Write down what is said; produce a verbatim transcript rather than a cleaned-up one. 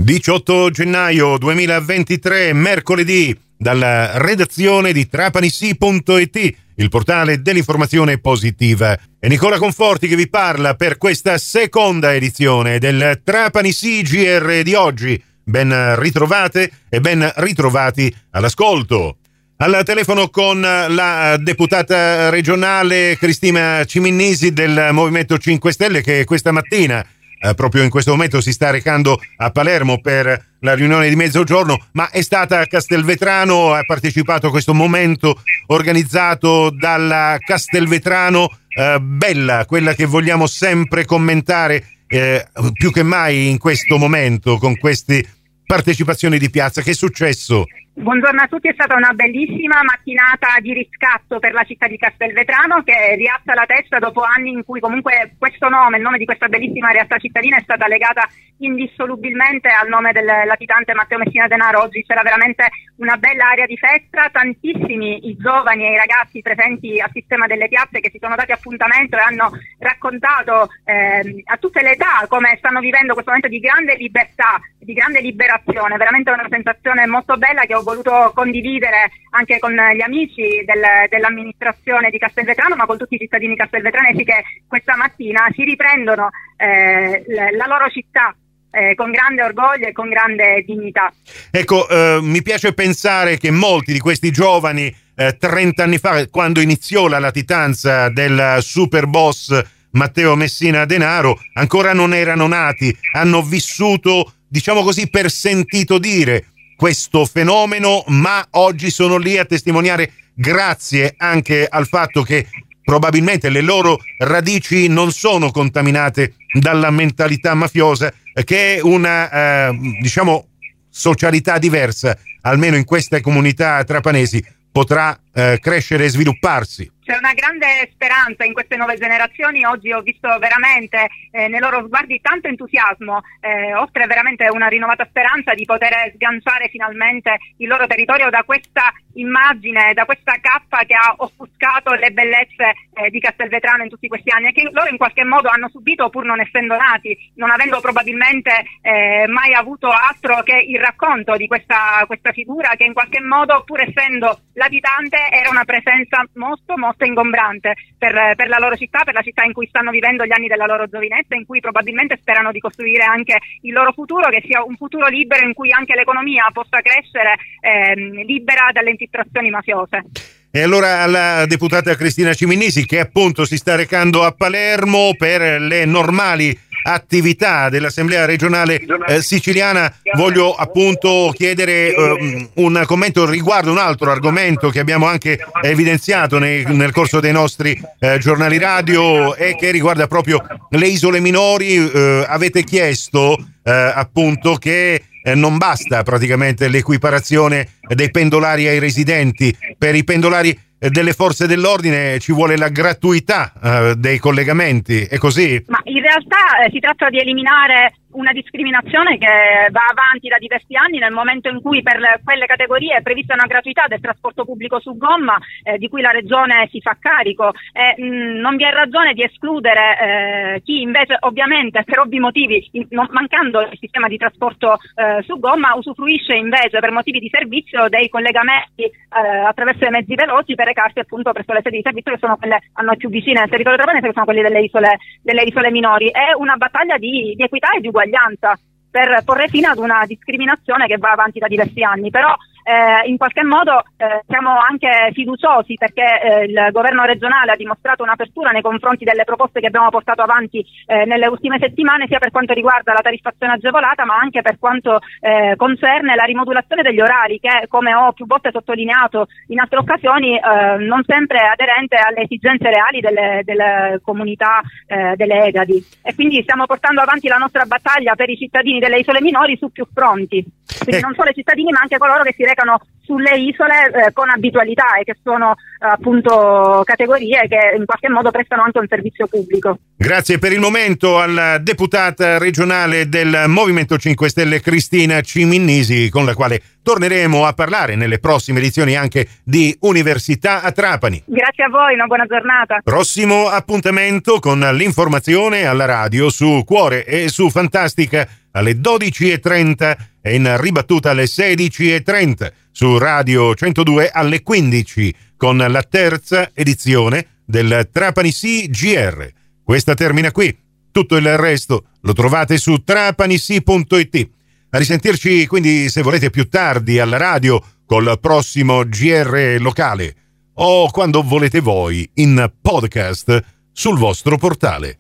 diciotto gennaio duemilaventitré, mercoledì, dalla redazione di Trapanisi punto it, il portale dell'informazione positiva. È Nicola Conforti che vi parla per questa seconda edizione del Trapanisi G R di oggi. Ben ritrovate e ben ritrovati all'ascolto. Al telefono con la deputata regionale Cristina Ciminnisi del Movimento cinque Stelle, che questa mattina, eh, proprio in questo momento, si sta recando a Palermo per la riunione di mezzogiorno, ma è stata a Castelvetrano, ha partecipato a questo momento organizzato dalla Castelvetrano eh, Bella, quella che vogliamo sempre commentare eh, più che mai in questo momento, con queste partecipazioni di piazza. Che è successo? Buongiorno a tutti, è stata una bellissima mattinata di riscatto per la città di Castelvetrano, che rialza la testa dopo anni in cui comunque questo nome, il nome di questa bellissima realtà cittadina, è stata legata indissolubilmente al nome del latitante Matteo Messina Denaro. Oggi c'era veramente una bella area di festa, tantissimi i giovani e i ragazzi presenti al sistema delle piazze che si sono dati appuntamento e hanno raccontato eh, a tutte le età come stanno vivendo questo momento di grande libertà, di grande liberazione. Veramente una sensazione molto bella che ho voluto condividere anche con gli amici del, dell'amministrazione di Castelvetrano, ma con tutti i cittadini castelvetranesi che questa mattina si riprendono eh, la loro città eh, con grande orgoglio e con grande dignità. Ecco, eh, mi piace pensare che molti di questi giovani eh, trenta anni fa, quando iniziò la latitanza del super boss Matteo Messina Denaro, ancora non erano nati, hanno vissuto, diciamo così, per sentito dire questo fenomeno, ma oggi sono lì a testimoniare, grazie anche al fatto che probabilmente le loro radici non sono contaminate dalla mentalità mafiosa, che è una eh, diciamo socialità diversa, almeno in queste comunità trapanesi potrà eh, crescere e svilupparsi. C'è una grande speranza in queste nuove generazioni. Oggi ho visto veramente eh, nei loro sguardi tanto entusiasmo, eh, oltre veramente una rinnovata speranza di poter sganciare finalmente il loro territorio da questa immagine, da questa cappa che ha offuscato le bellezze eh, di Castelvetrano in tutti questi anni, e che loro in qualche modo hanno subito pur non essendo nati, non avendo probabilmente eh, mai avuto altro che il racconto di questa, questa figura che in qualche modo, pur essendo latitante, era una presenza molto molto ingombrante per, per la loro città, per la città in cui stanno vivendo gli anni della loro giovinezza, in cui probabilmente sperano di costruire anche il loro futuro, che sia un futuro libero in cui anche l'economia possa crescere ehm, libera dalle infiltrazioni mafiose. E allora alla deputata Cristina Ciminnisi, che appunto si sta recando a Palermo per le normali attività dell'Assemblea regionale eh, siciliana, voglio appunto chiedere eh, un commento riguardo un altro argomento che abbiamo anche evidenziato nei, nel corso dei nostri eh, giornali radio, e che riguarda proprio le isole minori. Eh, avete chiesto eh, appunto che eh, non basta praticamente l'equiparazione dei pendolari ai residenti. Per i pendolari delle forze dell'ordine ci vuole la gratuità eh, dei collegamenti, è così? Ma in realtà eh, si tratta di eliminare una discriminazione che va avanti da diversi anni, nel momento in cui per le, quelle categorie è prevista una gratuità del trasporto pubblico su gomma eh, di cui la regione si fa carico, e mh, non vi è ragione di escludere eh, chi invece, ovviamente per ovvi motivi, in, non, mancando il sistema di trasporto eh, su gomma, usufruisce invece per motivi di servizio dei collegamenti eh, attraverso i mezzi veloci per recarsi appunto presso le sedi di servizio, che sono quelle a noi più vicine al territorio trapanese, che sono quelli delle isole, delle isole minori. È una battaglia di, di equità e di uguaglianza per porre fine ad una discriminazione che va avanti da diversi anni, però eh, in qualche modo eh, siamo anche fiduciosi perché eh, il governo regionale ha dimostrato un'apertura nei confronti delle proposte che abbiamo portato avanti eh, nelle ultime settimane, sia per quanto riguarda la tariffazione agevolata, ma anche per quanto eh, concerne la rimodulazione degli orari, che, come ho più volte sottolineato in altre occasioni, eh, non sempre è aderente alle esigenze reali delle, delle comunità eh, delle Egadi, e quindi stiamo portando avanti la nostra battaglia per i cittadini delle isole minori su più fronti, quindi non solo i cittadini ma anche coloro che si recano sulle isole eh, con abitualità e che sono eh, appunto categorie che in qualche modo prestano anche un servizio pubblico. Grazie per il momento alla deputata regionale del Movimento cinque Stelle Cristina Ciminnisi, con la quale torneremo a parlare nelle prossime edizioni anche di Università a Trapani. Grazie a voi, una buona giornata. Prossimo appuntamento con l'informazione alla radio su Cuore e su Fantastica alle dodici e trenta e in ribattuta alle sedici e trenta su Radio centodue alle quindici con la terza edizione del Trapani Sì G R. Questa termina qui, tutto il resto lo trovate su trapanissi punto it. A risentirci quindi se volete più tardi alla radio col prossimo G R locale o quando volete voi in podcast sul vostro portale.